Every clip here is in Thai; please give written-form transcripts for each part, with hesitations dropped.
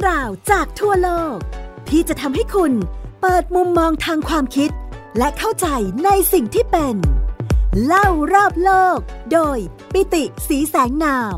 ราวจากทั่วโลกที่จะทำให้คุณเปิดมุมมองทางความคิดและเข้าใจในสิ่งที่เป็นเล่ารอบโลกโดยปิติศรีแสงนาม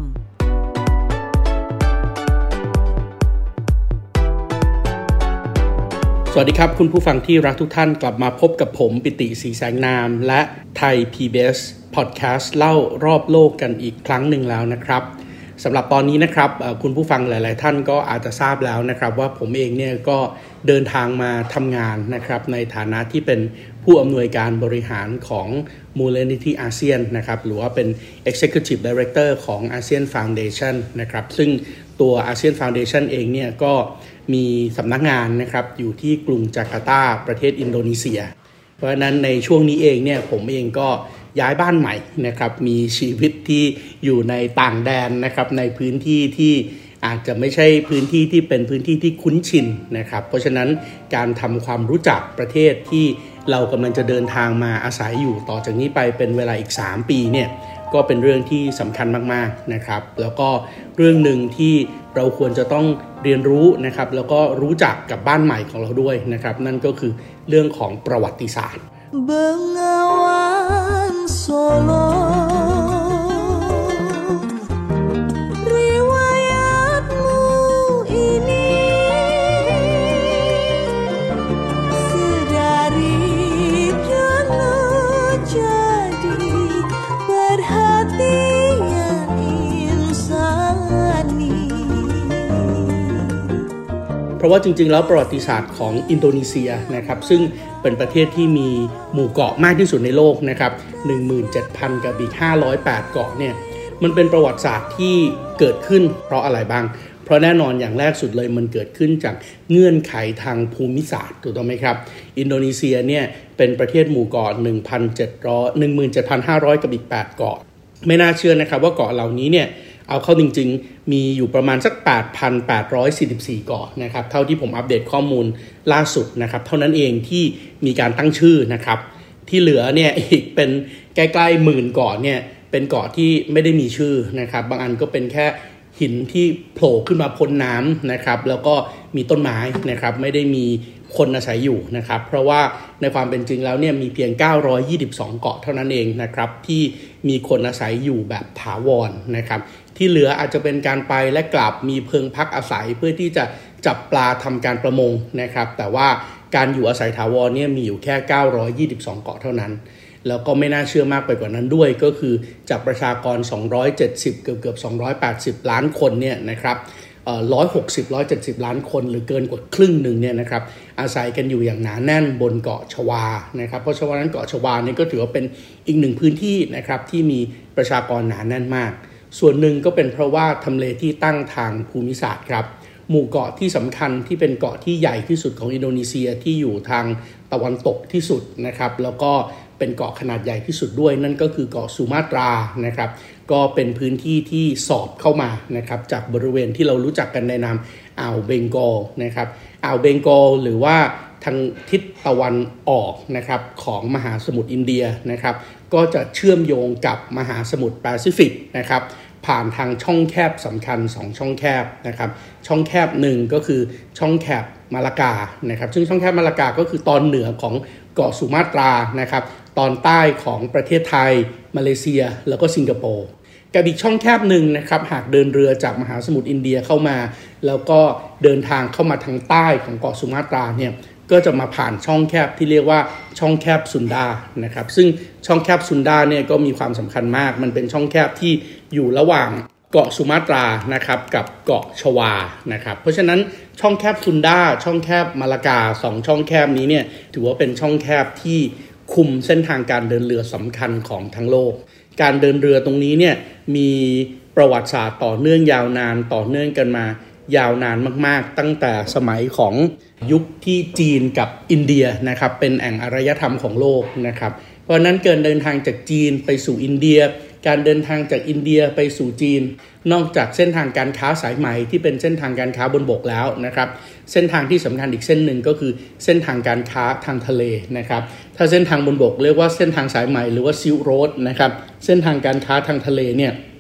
สวัสดีครับคุณผู้ฟังที่รักทุกท่านกลับมาพบกับผมปิติศรีแสงนามและไทย PBS Podcast เล่ารอบโลกกันอีกครั้งหนึ่งแล้วนะครับสำหรับตอนนี้นะครับคุณผู้ฟังหลายๆท่านก็อาจจะทราบแล้วนะครับว่าผมเองเนี่ยก็เดินทางมาทำงานนะครับในฐานะที่เป็นผู้อำนวยการบริหารของมูลนิธิอาเซียนนะครับหรือว่าเป็น Executive Director ของ ASEAN Foundation นะครับซึ่งตัว ASEAN Foundation เองเนี่ยก็มีสำนักงานนะครับอยู่ที่กรุงจาการ์ตาประเทศอินโดนีเซียเพราะฉะนั้นในช่วงนี้เองเนี่ยผมเองก็ย้ายบ้านใหม่นะครับมีชีวิตที่อยู่ในต่างแดนนะครับในพื้นที่ที่อาจจะไม่ใช่พื้นที่ที่เป็นพื้นที่ที่คุ้นชินนะครับเพราะฉะนั้นการทำความรู้จักประเทศที่เรากำลังจะเดินทางมาอาศัยอยู่ต่อจากนี้ไปเป็นเวลาอีก3ปีเนี่ยก็เป็นเรื่องที่สำคัญมากๆนะครับแล้วก็เรื่องหนึ่งที่เราควรจะต้องเรียนรู้นะครับแล้วก็รู้จักกับบ้านใหม่ของเราด้วยนะครับนั่นก็คือเรื่องของประวัติศาสตร์ Bengawan Solo riwayatmu ini sedari dulu jadi perhatian insani เพราะว่าจริงๆแล้วประวัติศาสตร์ของอินโดนีเซียนะครับซึ่งเป็นประเทศที่มีหมู่เกาะมากที่สุดในโลกนะครับ 17,000 กับอีก508เกาะเนี่ยมันเป็นประวัติศาสตร์ที่เกิดขึ้นเพราะอะไรบ้างเพราะแน่นอนอย่างแรกสุดเลยมันเกิดขึ้นจากเงื่อนไขทางภูมิศาสตร์ถูกต้องไหมครับอินโดนีเซียเนี่ยเป็นประเทศหมู่เกาะ 17,500 กับอีก8เกาะไม่น่าเชื่อนะครับว่าเกาะเหล่านี้เนี่ยเอาเข้าจริงๆมีอยู่ประมาณสัก 8,844 เกาะนะครับเท่าที่ผมอัปเดตข้อมูลล่าสุดนะครับเท่านั้นเองที่มีการตั้งชื่อนะครับที่เหลือเนี่ยอีกเป็นใกล้ๆหมื่นเกาะเนี่ยเป็นเกาะที่ไม่ได้มีชื่อนะครับบางอันก็เป็นแค่หินที่โผล่ขึ้นมาพ้นน้ำนะครับแล้วก็มีต้นไม้นะครับไม่ได้มีคนอาศัยอยู่นะครับเพราะว่าในความเป็นจริงแล้วเนี่ยมีเพียง922เกาะเท่านั้นเองนะครับที่มีคนอาศัยอยู่แบบถาวรนะครับที่เหลืออาจจะเป็นการไปและกลับมีเพิงพักอาศัยเพื่อที่จะจับปลาทำการประมงนะครับแต่ว่าการอยู่อาศัยถาวรเนี่ยมีอยู่แค่922เกาะเท่านั้นแล้วก็ไม่น่าเชื่อมากไปกว่านั้นด้วยก็คือจากประชากร270เกือบ280ล้านคนเนี่ยนะครับ170 ล้านคนหรือเกินกว่าครึ่งหนึ่งเนี่ยนะครับอาศัยกันอยู่อย่างหนาแน่นบนเกาะชวานะครับเพราะฉะนั้นเกาะชวานี่ก็ถือว่าเป็นอีกหนึ่งพื้นที่นะครับที่มีประชากรหนาแน่นมากส่วนหนึ่งก็เป็นเพราะว่าทำเลที่ตั้งทางภูมิศาสตร์ครับหมู่เกาะที่สำคัญที่เป็นเกาะที่ใหญ่ที่สุดของอินโดนีเซียที่อยู่ทางตะวันตกที่สุดนะครับแล้วก็เป็นเกาะขนาดใหญ่ที่สุดด้วยนั่นก็คือเกาะสุมาตรานะครับก็เป็นพื้นที่ที่สอบเข้ามานะครับจากบริเวณที่เรารู้จักกันในนามอ่าวเบงกอลนะครับอ่าวเบงกอลหรือว่าทางทิศตะวันออกนะครับของมหาสมุทรอินเดียนะครับก็จะเชื่อมโยงกับมหาสมุทรแปซิฟิกนะครับผ่านทางช่องแคบสำคัญ2ช่องแคบนะครับช่องแคบ1ก็คือช่องแคบมาลากานะครับซึ่งช่องแคบมาลากาก็คือตอนเหนือของเกาะสุมาตรานะครับตอนใต้ของประเทศไทยมาเลเซียแล้วก็สิงคโปร์กับอีกช่องแคบหนึ่งนะครับหากเดินเรือจากมหาสมุทรอินเดียเข้ามาแล้วก็เดินทางเข้ามาทางใต้ของเกาะสุมาตราเนี่ยก็จะมาผ่านช่องแคบที่เรียกว่าช่องแคบซุนดานะครับซึ่งช่องแคบซุนดาเนี่ยก็มีความสำคัญมากมันเป็นช่องแคบที่อยู่ระหว่างเกาะสุมาตรานะครับกับเกาะชวานะครับเพราะฉะนั้นช่องแคบซุนดาช่องแคบมาลากา2ช่องแคบนี้เนี่ยถือว่าเป็นช่องแคบที่คุมเส้นทางการเดินเรือสำคัญของทั้งโลกการเดินเรือตรงนี้เนี่ยมีประวัติศาสตร์ต่อเนื่องยาวนานต่อเนื่องกันมายาวนานมากๆตั้งแต่สมัยของยุคที่จีนกับอินเดียนะครับเป็นแอ่งอารยธรรมของโลกนะครับเพราะนั้นการเดินทางจากจีนไปสู่อินเดียการเดินทางจากอินเดียไปสู่จีนนอกจากเส้นทางการค้าสายไหมที่เป็นเส้นทางการค้าบนบกแล้วนะครับเส้นทางที่สำคัญอีกเส้นหนึ่งก็คือเส้นทางการค้าทางทะเลนะครับถ้าเส้นทางบนบกเรียกว่าเส้นทางสายไหมหรือว่าซิลค์โรดนะครับเส้นทางการค้าทางทะเลเนี่ย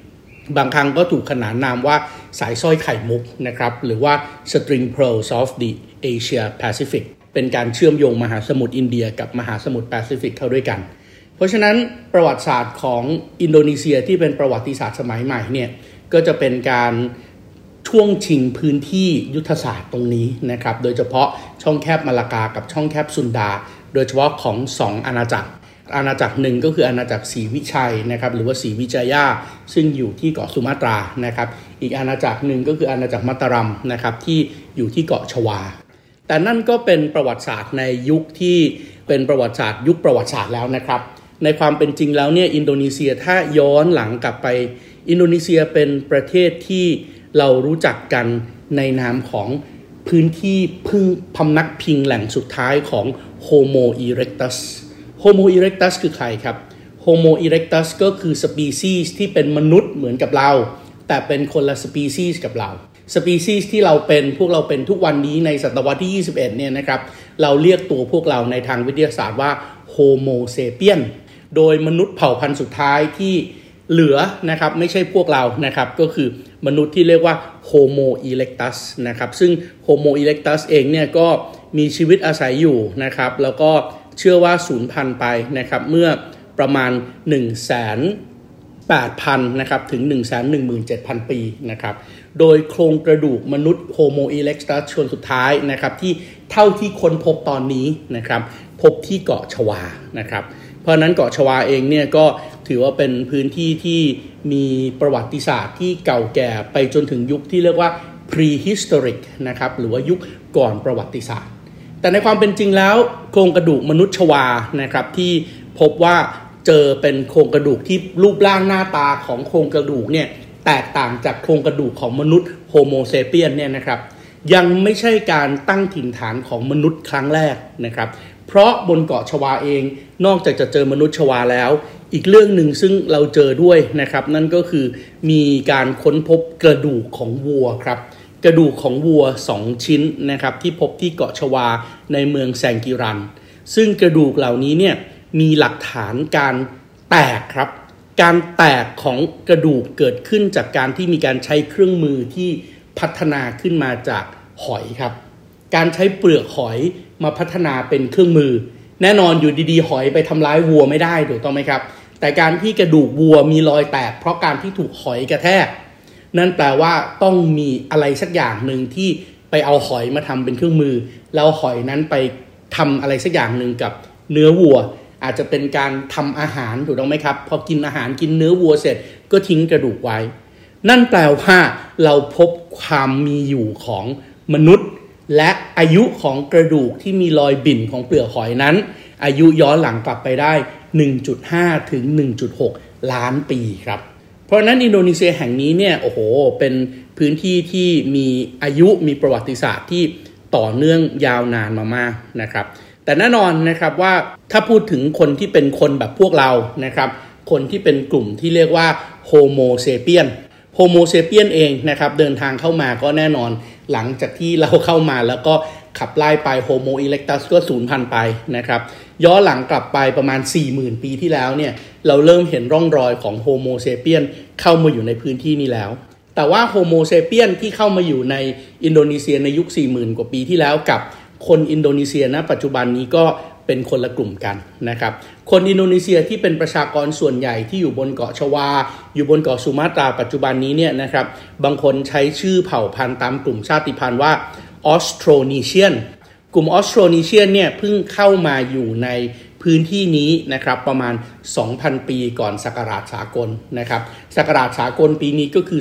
บางครั้งก็ถูกขนานนามว่าสายสร้อยไข่มุกนะครับหรือว่า String Pearls of the Asia Pacific เป็นการเชื่อมโยงมหาสมุทรอินเดียกับมหาสมุทรแปซิฟิกเข้าด้วยกันเพราะฉะนั้นประวัติศาสตร์ของอินโดนีเซียที่เป็นประวัติศาสตร์สมัยใหม่เนี่ยก็จะเป็นการช่วงชิงพื้นที่ยุทธศาสตร์ตรงนี้นะครับโดยเฉพาะช่องแคบมาลากากับช่องแคบซุนดาโดยเฉพาะของ2อาณาจักรหนึ่งก็คืออาณาจักรศรีวิชัยนะครับหรือว่าศรีวิจัยาซึ่งอยู่ที่เกาะสุมาตรานะครับอีกอาณาจักรหนึ่งก็คืออาณาจักรมัตตารัมนะครับที่อยู่ที่เกาะชวาแต่นั่นก็เป็นประวัติศาสตร์ในยุคที่เป็นประวัติศาสตร์ยุคประวัติศาสตร์แล้วนะครับในความเป็นจริงแล้วเนี่ยอินโดนีเซียถ้าย้อนหลังกลับไปอินโดนีเซียเป็นประเทศที่เรารู้จักกันในนามของพื้นที่พำนักพิงแหล่งสุดท้ายของ Homo erectus Homo erectus คือใครครับ Homo erectus ก็คือสปีชีส์ที่เป็นมนุษย์เหมือนกับเราแต่เป็นคนละสปีชีส์กับเราสปีชีส์ที่พวกเราเป็นทุกวันนี้ในศตวรรษที่21เนี่ยนะครับเราเรียกตัวพวกเราในทางวิทยาศาสตร์ว่า Homo sapien โดยมนุษย์เผ่าพันธุ์สุดท้ายที่เหลือนะครับไม่ใช่พวกเรานะครับก็คือมนุษย์ที่เรียกว่า Homo erectus นะครับซึ่ง Homo erectus เองเนี่ยก็มีชีวิตอาศัยอยู่นะครับแล้วก็เชื่อว่าสูญพันธุ์ไปนะครับเมื่อประมาณ 1,800,000 นะครับถึง 117,000 ปีนะครับโดยโครงกระดูกมนุษย์ Homo erectus ส่วนสุดท้ายนะครับที่เท่าที่ค้นพบตอนนี้นะครับพบที่เกาะชวานะครับเพราะนั้นเกาะชวาเองเนี่ยก็ถือว่าเป็นพื้นที่ที่มีประวัติศาสตร์ที่เก่าแก่ไปจนถึงยุคที่เรียกว่า prehistoric นะครับหรือว่ายุคก่อนประวัติศาสตร์แต่ในความเป็นจริงแล้วโครงกระดูกมนุษย์ชวานะครับที่พบว่าเจอเป็นโครงกระดูกที่รูปร่างหน้าตาของโครงกระดูกเนี่ยแตกต่างจากโครงกระดูกของมนุษย์โฮโมเซเปียนเนี่ยนะครับยังไม่ใช่การตั้งถิ่นฐานของมนุษย์ครั้งแรกนะครับเพราะบนเกาะชวาเองนอกจากจะเจอมนุษย์ชวาแล้วอีกเรื่องหนึ่งซึ่งเราเจอด้วยนะครับนั่นก็คือมีการค้นพบกระดูกของวัวครับกระดูกของวัว2ชิ้นนะครับที่พบที่เกาะชวาในเมืองแซงกิรันซึ่งกระดูกเหล่านี้เนี่ยมีหลักฐานการแตกครับการแตกของกระดูกเกิดขึ้นจากการที่มีการใช้เครื่องมือที่พัฒนาขึ้นมาจากหอยครับการใช้เปลือกหอยมาพัฒนาเป็นเครื่องมือแน่นอนอยู่ดีๆหอยไปทำร้ายวัวไม่ได้ถูกต้องไหมครับแต่การที่กระดูกวัวมีรอยแตกเพราะการที่ถูกหอยกระแทกนั่นแปลว่าต้องมีอะไรสักอย่างหนึ่งที่ไปเอาหอยมาทำเป็นเครื่องมือแล้วหอยนั้นไปทำอะไรสักอย่างหนึ่งกับเนื้อวัวอาจจะเป็นการทำอาหารถูกต้องไหมครับพอกินอาหารกินเนื้อวัวเสร็จก็ทิ้งกระดูกไว้นั่นแปลว่าเราพบความมีอยู่ของมนุษย์และอายุของกระดูกที่มีรอยบิ่นของเปลือกหอยนั้นอายุย้อนหลังกลับไปได้ 1.5 ถึง 1.6 ล้านปีครับเพราะนั้นอินโดนีเซียแห่งนี้เนี่ยโอ้โหเป็นพื้นที่ที่มีอายุมีประวัติศาสตร์ที่ต่อเนื่องยาวนานมามากนะครับแต่แน่นอนนะครับว่าถ้าพูดถึงคนที่เป็นคนแบบพวกเรานะครับคนที่เป็นกลุ่มที่เรียกว่าโฮโมเซเปียนโฮโมเซเปียนเองนะครับเดินทางเข้ามาก็แน่นอนหลังจากที่เราเข้ามาแล้วก็ขับไล่ไปโฮโมอีเล็กตัสก็สูญพันธุ์ไปนะครับย้อนหลังกลับไปประมาณ 40,000 ปีที่แล้วเนี่ยเราเริ่มเห็นร่องรอยของโฮโมเซเปียนเข้ามาอยู่ในพื้นที่นี้แล้วแต่ว่าโฮโมเซเปียนที่เข้ามาอยู่ในอินโดนีเซียในยุค 40,000 กว่าปีที่แล้วกับคนอินโดนีเซียณปัจจุบันนี้ก็เป็นคนละกลุ่มกันนะครับคนอินโดนีเซียที่เป็นประชากรส่วนใหญ่ที่อยู่บนเกาะชวาอยู่บนเกาะสุมาตราปัจจุบันนี้เนี่ยนะครับบางคนใช้ชื่อเผ่าพันธุ์ตามกลุ่มชาติพันธุ์ว่าออสโทรนีเชียนกลุ่มออสโทรนีเชียนเนี่ยเพิ่งเข้ามาอยู่ในพื้นที่นี้นะครับประมาณ 2,000 ปีก่อนศักราชสากลนะครับศักราชสากลปีนี้ก็คือ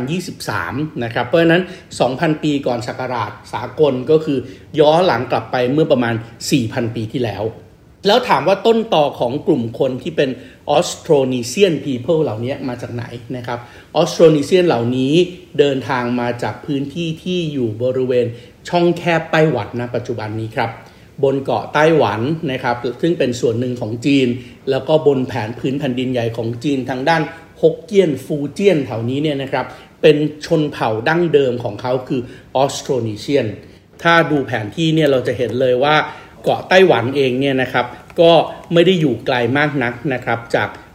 2023 นะครับเพราะฉะนั้น 2,000 ปีก่อนศักราชสากลก็คือย้อนหลังกลับไปเมื่อประมาณ 4,000 ปีที่แล้วแล้วถามว่าต้นตอของกลุ่มคนที่เป็น Austronesian people เหล่านี้มาจากไหนนะครับ Austronesian เหล่านี้เดินทางมาจากพื้นที่ที่อยู่บริเวณช่องแคบไต้หวันณปัจจุบันนี้ครับบนเกาะไต้หวันนะครับซึ่งเป็นส่วนหนึ่งของจีนแล้วก็บนแผนพื้นแผ่นดินใหญ่ของจีนทางด้านฮกเกี้ยนฟูเจี้ยนแถวนี้เนี่ยนะครับเป็นชนเผ่าดั้งเดิมของเขาคือ Austronesian ถ้าดูแผนที่เนี่ยเราจะเห็นเลยว่าเกาะไต้หวันเองเนี่ยนะครับก็ไม่ได้อยู่ไกลมากนักนะครับจาก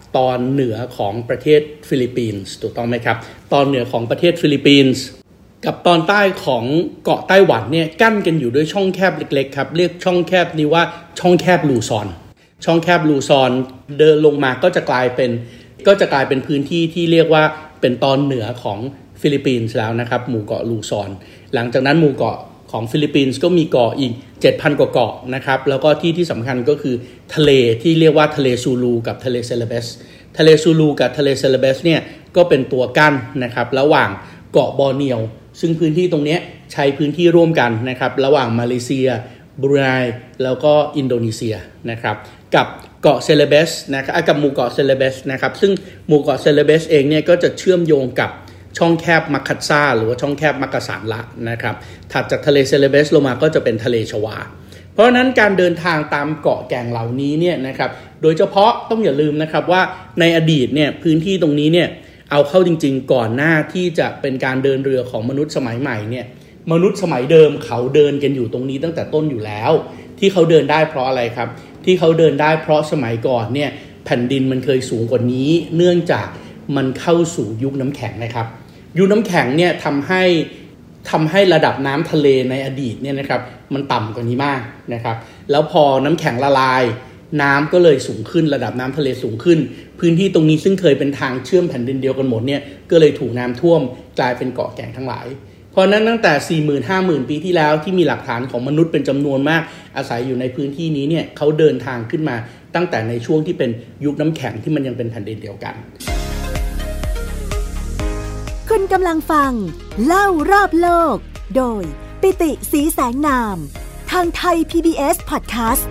ตอนเหนือของประเทศฟิลิปปินส์ถูกต้องไหมครับตอนเหนือของประเทศฟิลิปปินส์กับตอนใต้ของเกาะไต้หวันเนี่ยกั้นกันอยู่ด้วยช่องแคบเล็กๆครับเรียกช่องแคบนี้ว่าช่องแคบลูซอนช่องแคบลูซอนเดินลงมาก็จะกลายเป็นพื้นที่ที่เรียกว่าเป็นตอนเหนือของฟิลิปปินส์แล้วนะครับหมู่เกาะลูซอนหลังจากนั้นหมู่เกาะของฟิลิปปินส์ก็มีเกาะอีก 7,000 กว่าเกาะนะครับแล้วก็ที่สำคัญก็คือทะเลที่เรียกว่าทะเลซูลูกับทะเลเซเลเบสทะเลซูลูกับทะเลเซเลเบสเนี่ยก็เป็นตัวกั้นนะครับระหว่างเกาะบอร์เนียวซึ่งพื้นที่ตรงนี้ใช้พื้นที่ร่วมกันนะครับระหว่างมาเลเซียบรูไนแล้วก็อินโดนีเซียนะครับกับเกาะเซเลเบสนะครับกับหมู่เกาะเซเลเบสนะครับซึ่งหมู่เกาะเซเลเบสเองเนี่ยก็จะเชื่อมโยงกับช่องแคบมักคัตซาหรือว่าช่องแคบมักกะสันละนะครับถัดจากทะเลเซเลเบสลงมาก็จะเป็นทะเลชวาเพราะฉะนั้นการเดินทางตามเกาะแก่งเหล่านี้เนี่ยนะครับโดยเฉพาะต้องอย่าลืมนะครับว่าในอดีตเนี่ยพื้นที่ตรงนี้เนี่ยเอาเข้าจริงๆก่อนหน้าที่จะเป็นการเดินเรือของมนุษย์สมัยใหม่เนี่ยมนุษย์สมัยเดิมเขาเดินกันอยู่ตรงนี้ตั้งแต่ต้นอยู่แล้วที่เขาเดินได้เพราะอะไรครับที่เขาเดินได้เพราะสมัยก่อนเนี่ยแผ่นดินมันเคยสูงกว่านี้เนื่องจากมันเข้าสู่ยุคน้ำแข็งนะครับยุคน้ำแข็งเนี่ยทำให้ระดับน้ำทะเลในอดีตเนี่ยนะครับมันต่ำกว่านี้มากนะครับแล้วพอน้ำแข็งละลายน้ำก็เลยสูงขึ้นระดับน้ำทะเลสูงขึ้นพื้นที่ตรงนี้ซึ่งเคยเป็นทางเชื่อมแผ่นดินเดียวกันหมดเนี่ยก็เลยถูกน้ำท่วมกลายเป็นเกาะแก่งทั้งหลายเพราะนั้นตั้งแต่ 40,000-50,000 ปีที่แล้วที่มีหลักฐานของมนุษย์เป็นจำนวนมากอาศัยอยู่ในพื้นที่นี้เนี่ยเขาเดินทางขึ้นมาตั้งแต่ในช่วงที่เป็นยุคน้ำแข็งที่มันยังเป็นแผ่นดินเดียวกันคุณกำลังฟังเล่ารอบโลกโดยปิติศรีแสงนามทางไทย PBS Podcast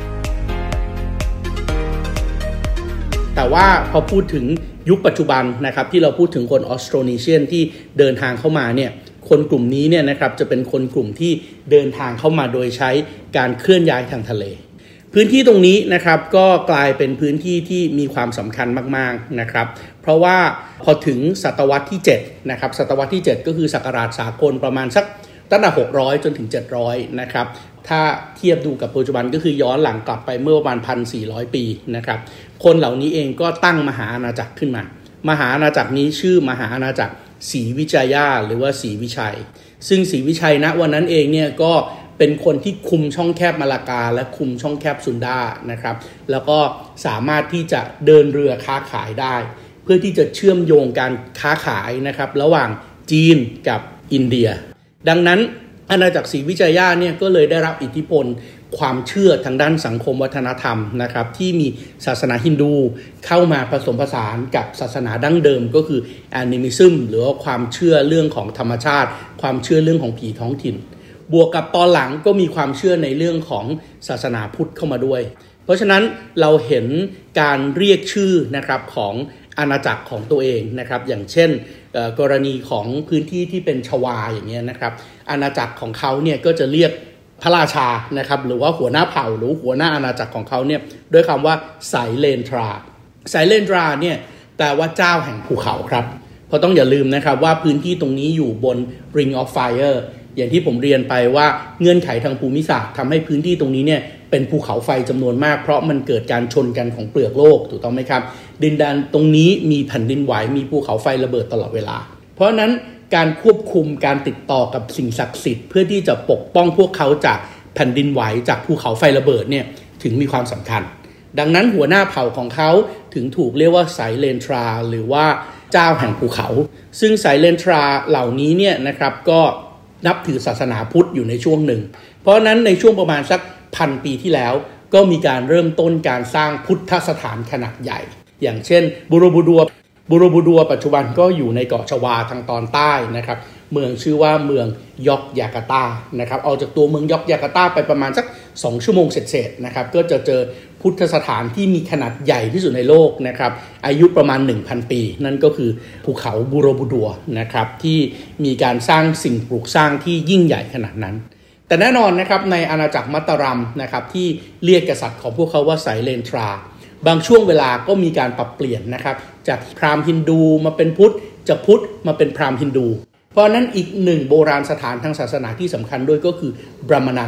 แต่ว่าพอพูดถึงยุคปัจจุบันนะครับที่เราพูดถึงคนออสโตรเนเชียนที่เดินทางเข้ามาเนี่ยคนกลุ่มนี้เนี่ยนะครับจะเป็นคนกลุ่มที่เดินทางเข้ามาโดยใช้การเคลื่อนย้ายทางทะเลพื้นที่ตรงนี้นะครับก็กลายเป็นพื้นที่ที่มีความสำคัญมากๆนะครับเพราะว่าพอถึงศตวรรษที่7นะครับศตวรรษที่7ก็คือศักราชสากลประมาณสักตั้งแต่600จนถึง700นะครับถ้าเทียบดูกับปัจจุบันก็คือย้อนหลังกลับไปเมื่อประมาณ 1,400 ปีนะครับคนเหล่านี้เองก็ตั้งมหาอาณาจักรขึ้นมามหาอาณาจักรนี้ชื่อมหาอาณาจักรศรีวิจัยาหรือว่าศรีวิชัยซึ่งศรีวิชัยณวันนั้นเองเนี่ยก็เป็นคนที่คุมช่องแคบมาลากาและคุมช่องแคบซุนดานะครับแล้วก็สามารถที่จะเดินเรือค้าขายได้เพื่อที่จะเชื่อมโยงการค้าขายนะครับระหว่างจีนกับอินเดียดังนั้นอาณาจักรศรีวิจัยาเนี่ยก็เลยได้รับอิทธิพลความเชื่อทางด้านสังคมวัฒนธรรมนะครับที่มีศาสนาฮินดูเข้ามาผสมผสานกับศาสนาดั้งเดิมก็คือแอนิมิซึมหรือว่าความเชื่อเรื่องของธรรมชาติความเชื่อเรื่องของผีท้องถิ่นบวกกับตอนหลังก็มีความเชื่อในเรื่องของศาสนาพุทธเข้ามาด้วยเพราะฉะนั้นเราเห็นการเรียกชื่อนะครับของอาณาจักรของตัวเองนะครับอย่างเช่นกรณีของพื้นที่ที่เป็นชวาอย่างเงี้ยนะครับอาณาจักรของเขาเนี่ยก็จะเรียกพระราชานะครับหรือว่าหัวหน้าเผ่าหรือหัวหน้าอาณาจักรของเขาเนี่ยด้วยคำว่าไสเลนทราไสเลนทราเนี่ยแปลว่าเจ้าแห่งภูเขาครับเพราะต้องอย่าลืมนะครับว่าพื้นที่ตรงนี้อยู่บน Ring of Fire อย่างที่ผมเรียนไปว่าเงื่อนไขทางภูมิศาสตร์ทำให้พื้นที่ตรงนี้เนี่ยเป็นภูเขาไฟจำนวนมากเพราะมันเกิดการชนกันของเปลือกโลกถูกต้องไหมครับดินแดนตรงนี้มีแผ่นดินไหวมีภูเขาไฟระเบิดตลอดเวลาเพราะนั้นการควบคุมการติดต่อกับสิ่งศักดิ์สิทธิ์เพื่อที่จะปกป้องพวกเขาจากแผ่นดินไหวจากภูเขาไฟระเบิดเนี่ยถึงมีความสำคัญดังนั้นหัวหน้าเผ่าของเขาถึงถูกเรียกว่าไสเลนทราหรือว่าเจ้าแห่งภูเขาซึ่งไสเลนทราเหล่านี้เนี่ยนะครับก็นับถือศาสนาพุทธอยู่ในช่วงหนึ่งเพราะนั้นในช่วงประมาณสัก 1,000 ปีที่แล้วก็มีการเริ่มต้นการสร้างพุทธสถานขนาดใหญ่อย่างเช่นบูโรบูดัวปัจจุบันก็อยู่ในเกาะชวาทางตอนใต้นะครับเมืองชื่อว่าเมืองยอกยาการ์ตานะครับออกจากตัวเมืองยอกยาการ์ตาไปประมาณสัก2ชั่วโมงเศษๆนะครับก็จะเจอพุทธสถานที่มีขนาดใหญ่ที่สุดในโลกนะครับอายุประมาณ 1,000 ปีนั่นก็คือภูเขาบูโรบูดัวนะครับที่มีการสร้างสิ่งปลูกสร้างที่ยิ่งใหญ่ขนาดนั้นแต่แน่นอนนะครับในอาณาจักรมัตตารัมนะครับที่เรียกกษัตริย์ของพวกเขาว่าไสเลนทราบางช่วงเวลาก็มีการปรับเปลี่ยนนะครับจากพราหมณ์ฮินดูมาเป็นพุทธจากพุทธมาเป็นพราหมณ์ฮินดูเพราะนั้นอีกหนึ่งโบราณสถานทางศาสนาที่สำคัญด้วยก็คือบราหมณัน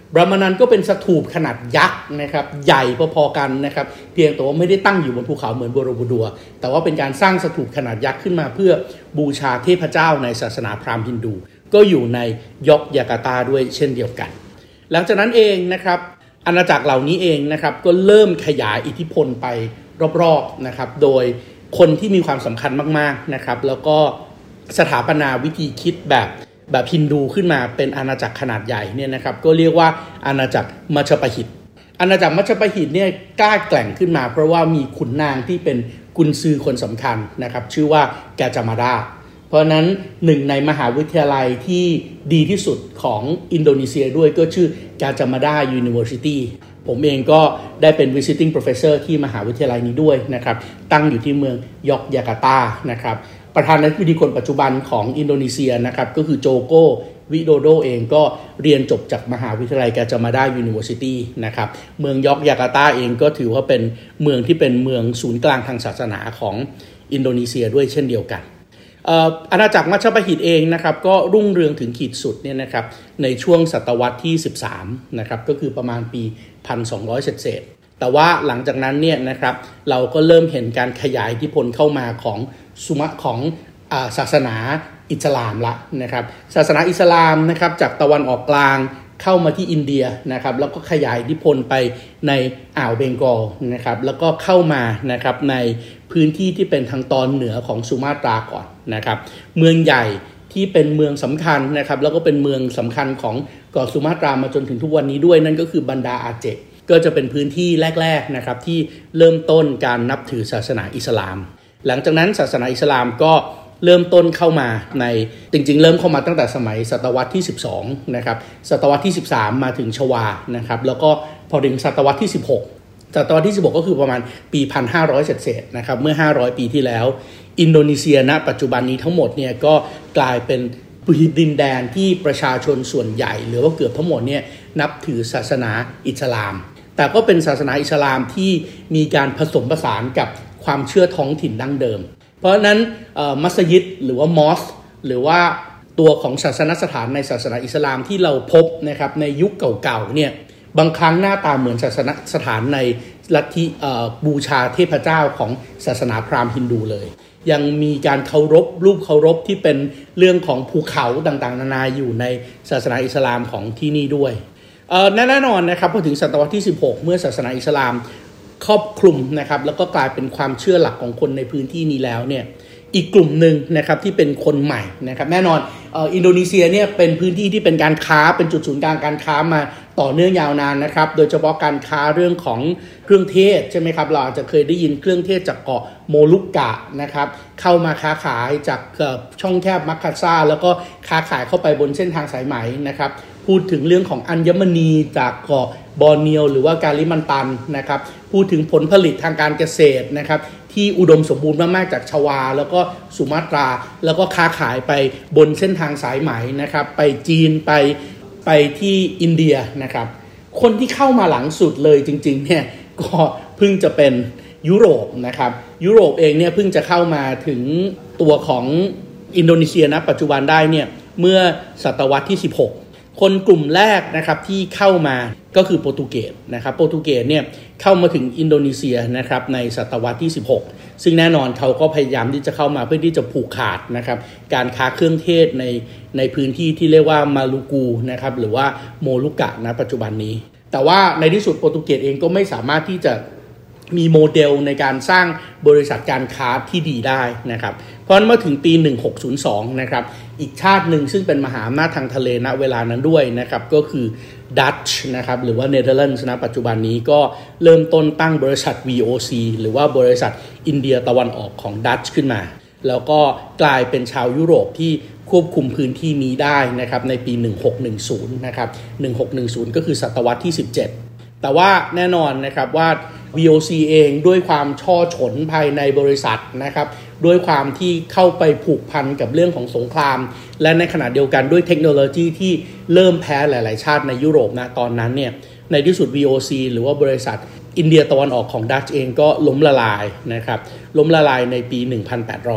บราหมณันก็เป็นสถูปขนาดยักษ์นะครับใหญ่พอๆกันนะครับเพียงแต่ว่าไม่ได้ตั้งอยู่บนภูเขาเหมือนบอโรบูดัวแต่ว่าเป็นการสร้างสถูปขนาดยักษ์ขึ้นมาเพื่อบูชาเทพเจ้าในศาสนาพราหมณ์ฮินดูก็อยู่ในยอกยาการ์ตาด้วยเช่นเดียวกันหลังจากนั้นเองนะครับอาณาจักรเหล่านี้เองนะครับก็เริ่มขยายอิทธิพลไปรอบๆนะครับโดยคนที่มีความสำคัญมากๆนะครับแล้วก็สถาปนาวิธีคิดแบบฮินดูขึ้นมาเป็นอาณาจักรขนาดใหญ่เนี่ยนะครับก็เรียกว่าอาณาจักรมัชฌปหิตอาณาจักรมัชฌปหิตเนี่ยกล้าแกร่งขึ้นมาเพราะว่ามีขุนนางที่เป็นกุนซือคนสำคัญนะครับชื่อว่าแกจามาดาเพราะนั้นหนึ่งในมหาวิทยาลัยที่ดีที่สุดของอินโดนีเซียด้วยก็ชื่อแกจามาดา University ผมเองก็ได้เป็น visiting professor ที่มหาวิทยาลัยนี้ด้วยนะครับตั้งอยู่ที่เมืองยอกยาการ์ตานะครับประธานาธิบดีคนปัจจุบันของอินโดนีเซียนะครับก็คือโจโกวิโดโดเองก็เรียนจบจากมหาวิทยาลัยแกจามาดา University นะครับเมืองยอกยาการ์ตาเองก็ถือว่าเป็นเมืองที่เป็นเมืองศูนย์กลางทางศาสนาของอินโดนีเซียด้วยเช่นเดียวกันอาณาจักรมัชฌปหิตเองนะครับก็รุ่งเรืองถึงขีดสุดเนี่ยนะครับในช่วงศตวรรษที่13นะครับก็คือประมาณปี 1,200 เศษแต่ว่าหลังจากนั้นเนี่ยนะครับเราก็เริ่มเห็นการขยายอิทธิพลเข้ามาของศาสนาอิสลามละนะครับศาสนาอิสลามนะครับจากตะวันออกกลางเข้ามาที่อินเดียนะครับแล้วก็ขยายอิทธิพลไปในอ่าวเบงกอลนะครับแล้วก็เข้ามานะครับในพื้นที่ที่เป็นทางตอนเหนือของสุมาตราก่อนนะครับเมืองใหญ่ที่เป็นเมืองสำคัญนะครับแล้วก็เป็นเมืองสำคัญของเกาะสุมาตรามาจนถึงทุกวันนี้ด้วยนั่นก็คือบันดาอาเจก็จะเป็นพื้นที่แรกๆนะครับที่เริ่มต้นการนับถือศาสนาอิสลามหลังจากนั้นศาสนาอิสลามก็เริ่มต้นเข้ามาในจริงๆเริ่มเข้ามาตั้งแต่สมัยศตวรรษที่12นะครับศตวรรษที่13มาถึงชวานะครับแล้วก็พอถึงศตวรรษที่16ศตวรรษที่16ก็คือประมาณปี 1,500 เศษๆนะครับเมื่อ500ปีที่แล้วอินโดนีเซียณปัจจุบันนี้ทั้งหมดเนี่ยก็กลายเป็นดินแดนที่ประชาชนส่วนใหญ่หรือว่าเกือบทั้งหมดเนี่ยนับถือศาสนาอิสลามแต่ก็เป็นศาสนาอิสลามที่มีการผสมผสานกับความเชื่อท้องถิ่นดั้งเดิมเพราะฉะนั้นมัสยิดหรือว่ามอสหรือว่าตัวของศาสนสถานในศาสนาอิสลามที่เราพบนะครับในยุคเก่าๆเนี่ยบางครั้งหน้าตาเหมือนศาสนสถานในลัทธิบูชาเทพเจ้าของศาสนาพราหมณ์ฮินดูเลยยังมีการเคารพรูปเคารพที่เป็นเรื่องของภูเขาต่างๆนานาอยู่ในศาสนาอิสลามของที่นี่ด้วยแน่นอนนะครับพอถึงศตวรรษที่16เมื่อศาสนาอิสลามครอบคลุมนะครับแล้วก็กลายเป็นความเชื่อหลักของคนในพื้นที่นี้แล้วเนี่ยอีกกลุ่มหนึ่งนะครับที่เป็นคนใหม่นะครับแน่นอนอินโดนีเซียเนี่ยเป็นพื้นที่ที่เป็นการค้าเป็นจุดศูนย์กลางการค้ามาต่อเนื่องยาวนานนะครับโดยเฉพาะการค้าเรื่องของเครื่องเทศใช่ไหมครับเราอาจจะเคยได้ยินเครื่องเทศจากเกาะโมลุกกะนะครับเข้ามาค้าขายจากช่องแคบมักคาซ่าแล้วก็ค้าขายเข้าไปบนเส้นทางสายไหมนะครับพูดถึงเรื่องของอัญมณีจากเกาะบอร์เนียวหรือว่ากาลิมันตันนะครับพูดถึงผลผลิตทางการเกษตรนะครับที่อุดมสมบูรณ์มากๆจากชวาแล้วก็สุมาตราแล้วก็ค้าขายไปบนเส้นทางสายไหมนะครับไปจีนไปที่อินเดียนะครับคนที่เข้ามาหลังสุดเลยจริงๆเนี่ยก็เพิ่งจะเป็นยุโรปนะครับยุโรปเองเนี่ยเพิ่งจะเข้ามาถึงตัวของอินโดนีเซียนะปัจจุบันได้เนี่ยเมื่อศตวรรษที่16คนกลุ่มแรกนะครับที่เข้ามาก็คือโปรตุเกสนะครับโปรตุเกสเนี่ยเข้ามาถึงอินโดนีเซียนะครับในศตวรรษที่16ซึ่งแน่นอนเขาก็พยายามที่จะเข้ามาเพื่อที่จะผูกขาดนะครับการค้าเครื่องเทศในพื้นที่ที่เรียกว่ามาลูกูนะครับหรือว่าโมลุกะณปัจจุบันนี้แต่ว่าในที่สุดโปรตุเกสเองก็ไม่สามารถที่จะมีโมเดลในการสร้างบริษัทการค้าที่ดีได้นะครับเพราะฉะนั้นเมื่อถึงปี1602นะครับอีกชาติหนึ่งซึ่งเป็นมหาอำนาจทางทะเลณเวลานั้นด้วยนะครับก็คือดัตช์นะครับหรือว่าเนเธอร์แลนด์ณปัจจุบันนี้ก็เริ่มต้นตั้งบริษัท VOC หรือว่าบริษัทอินเดียตะวันออกของดัตช์ขึ้นมาแล้วก็กลายเป็นชาวยุโรปที่ควบคุมพื้นที่นี้ได้นะครับในปี1610นะครับ1610ก็คือศตวรรษที่17แต่ว่าแน่นอนนะครับว่า VOC เองด้วยความช่อฉนภายในบริษัทนะครับด้วยความที่เข้าไปผูกพันกับเรื่องของสงครามและในขณะเดียวกันด้วยเทคโนโลยีที่เริ่มแพ้หลายๆชาติในยุโรปนะตอนนั้นเนี่ยในที่สุด VOC หรือว่าบริษัทอินเดียตะวันออกของดัตช์เองก็ล้มละลายนะครับล้มละลายในปี1800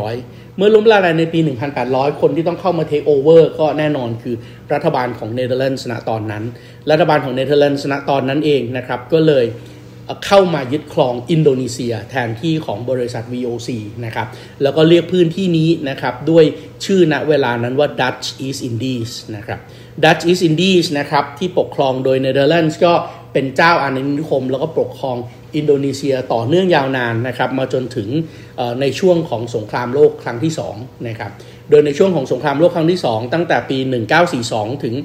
เมื่อล้มละลายในปี 1800 คนที่ต้องเข้ามาเทคโอเวอร์ก็แน่นอนคือรัฐบาลของเนเธอร์แลนด์ณตอนนั้นรัฐบาลของเนเธอร์แลนด์ณตอนนั้นเองนะครับก็เลยเข้ามายึดครองอินโดนีเซียแทนที่ของบริษัท VOC นะครับแล้วก็เรียกพื้นที่นี้นะครับด้วยชื่อณเวลานั้นว่า Dutch East Indies นะครับ Dutch East Indies นะครับที่ปกครองโดยเนเธอร์แลนด์ก็เป็นเจ้าอาณานิคมแล้วก็ปกครองอินโดนีเซียต่อเนื่องยาวนานนะครับมาจนถึงในช่วงของสงครามโลกครั้งที่2นะครับโดยในช่วงของสงครามโลกครั้งที่2ตั้งแต่ปี1942ถึง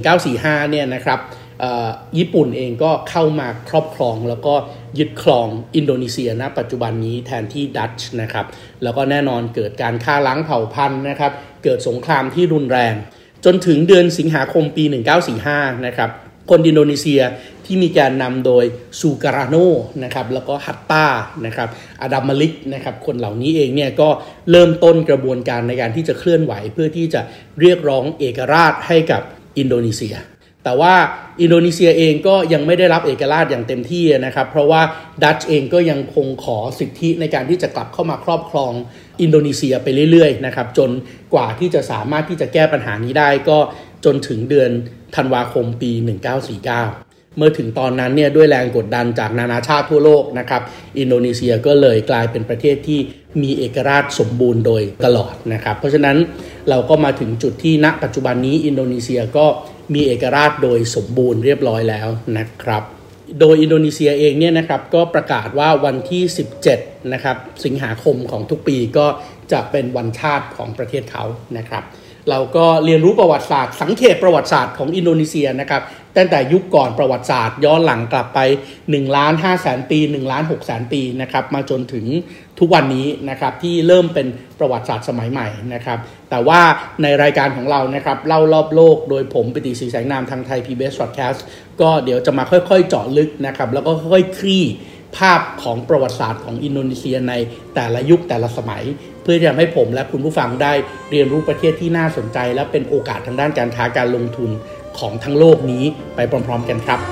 1945เนี่ยนะครับญี่ปุ่นเองก็เข้ามาครอบครองแล้วก็ยึดครองอินโดนีเซียณปัจจุบันนี้แทนที่ดัตช์นะครับแล้วก็แน่นอนเกิดการฆ่าล้างเผ่าพันธุ์นะครับเกิดสงครามที่รุนแรงจนถึงเดือนสิงหาคมปี1945นะครับคนอินโดนีเซียที่มีการนำโดยซูการาโนนะครับแล้วก็ฮัตตานะครับอาดามมาลิกนะครับคนเหล่านี้เองเนี่ยก็เริ่มต้นกระบวนการในการที่จะเคลื่อนไหวเพื่อที่จะเรียกร้องเอกราชให้กับอินโดนีเซียแต่ว่าอินโดนีเซียเองก็ยังไม่ได้รับเอกราชอย่างเต็มที่นะครับเพราะว่าดัตช์เองก็ยังคงขอสิทธิในการที่จะกลับเข้ามาครอบครองอินโดนีเซียไปเรื่อยๆนะครับจนกว่าที่จะสามารถที่จะแก้ปัญหานี้ได้ก็จนถึงเดือนธันวาคมปี1949เมื่อถึงตอนนั้นเนี่ยด้วยแรงกดดันจากนานาชาติทั่วโลกนะครับอินโดนีเซียก็เลยกลายเป็นประเทศที่มีเอกราชสมบูรณ์โดยตลอดนะครับเพราะฉะนั้นเราก็มาถึงจุดที่ณปัจจุบันนี้อินโดนีเซียก็มีเอกราชโดยสมบูรณ์เรียบร้อยแล้วนะครับโดยอินโดนีเซียเองเนี่ยนะครับก็ประกาศว่าวันที่17นะครับสิงหาคมของทุกปีก็จะเป็นวันชาติของประเทศเขานะครับเราก็เรียนรู้ประวัติศาสตร์สังเขปประวัติศาสตร์ของอินโดนีเซียนะครับตั้งแต่ยุคก่อนประวัติศาสตร์ย้อนหลังกลับไป 1,500,000 ปี 1,600,000 ปีนะครับมาจนถึงทุกวันนี้นะครับที่เริ่มเป็นประวัติศาสตร์สมัยใหม่นะครับแต่ว่าในรายการของเรานะครับเล่ารอบโลกโดยผมปิติ ศรีแสงนามทางไทย PBS Podcast ก็เดี๋ยวจะมาค่อยๆเจาะลึกนะครับแล้วก็ค่อยๆคลี่ภาพของประวัติศาสตร์ของอินโดนีเซียในแต่ละยุคแต่ละสมัยเพื่อที่จะให้ผมและคุณผู้ฟังได้เรียนรู้ประเทศที่น่าสนใจและเป็นโอกาสทางด้านการค้าการลงทุนของทั้งโลกนี้ไปพร้อมๆกันครับ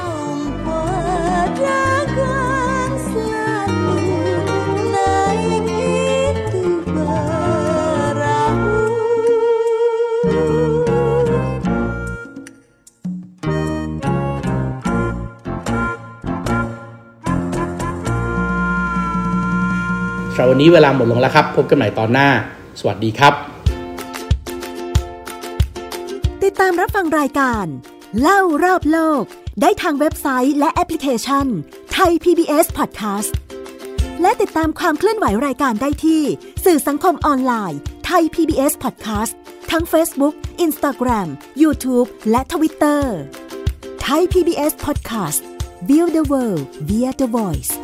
วันนี้เวลาหมดลงแล้วครับพบกันใหม่ตอนหน้าสวัสดีครับติดตามรับฟังรายการเล่ารอบโลกได้ทางเว็บไซต์และแอปพลิเคชัน Thai PBS Podcast และติดตามความเคลื่อนไหวรายการได้ที่สื่อสังคมออนไลน์ Thai PBS Podcast ทั้ง Facebook, Instagram, YouTube และ Twitter Thai PBS Podcast View the world via the voice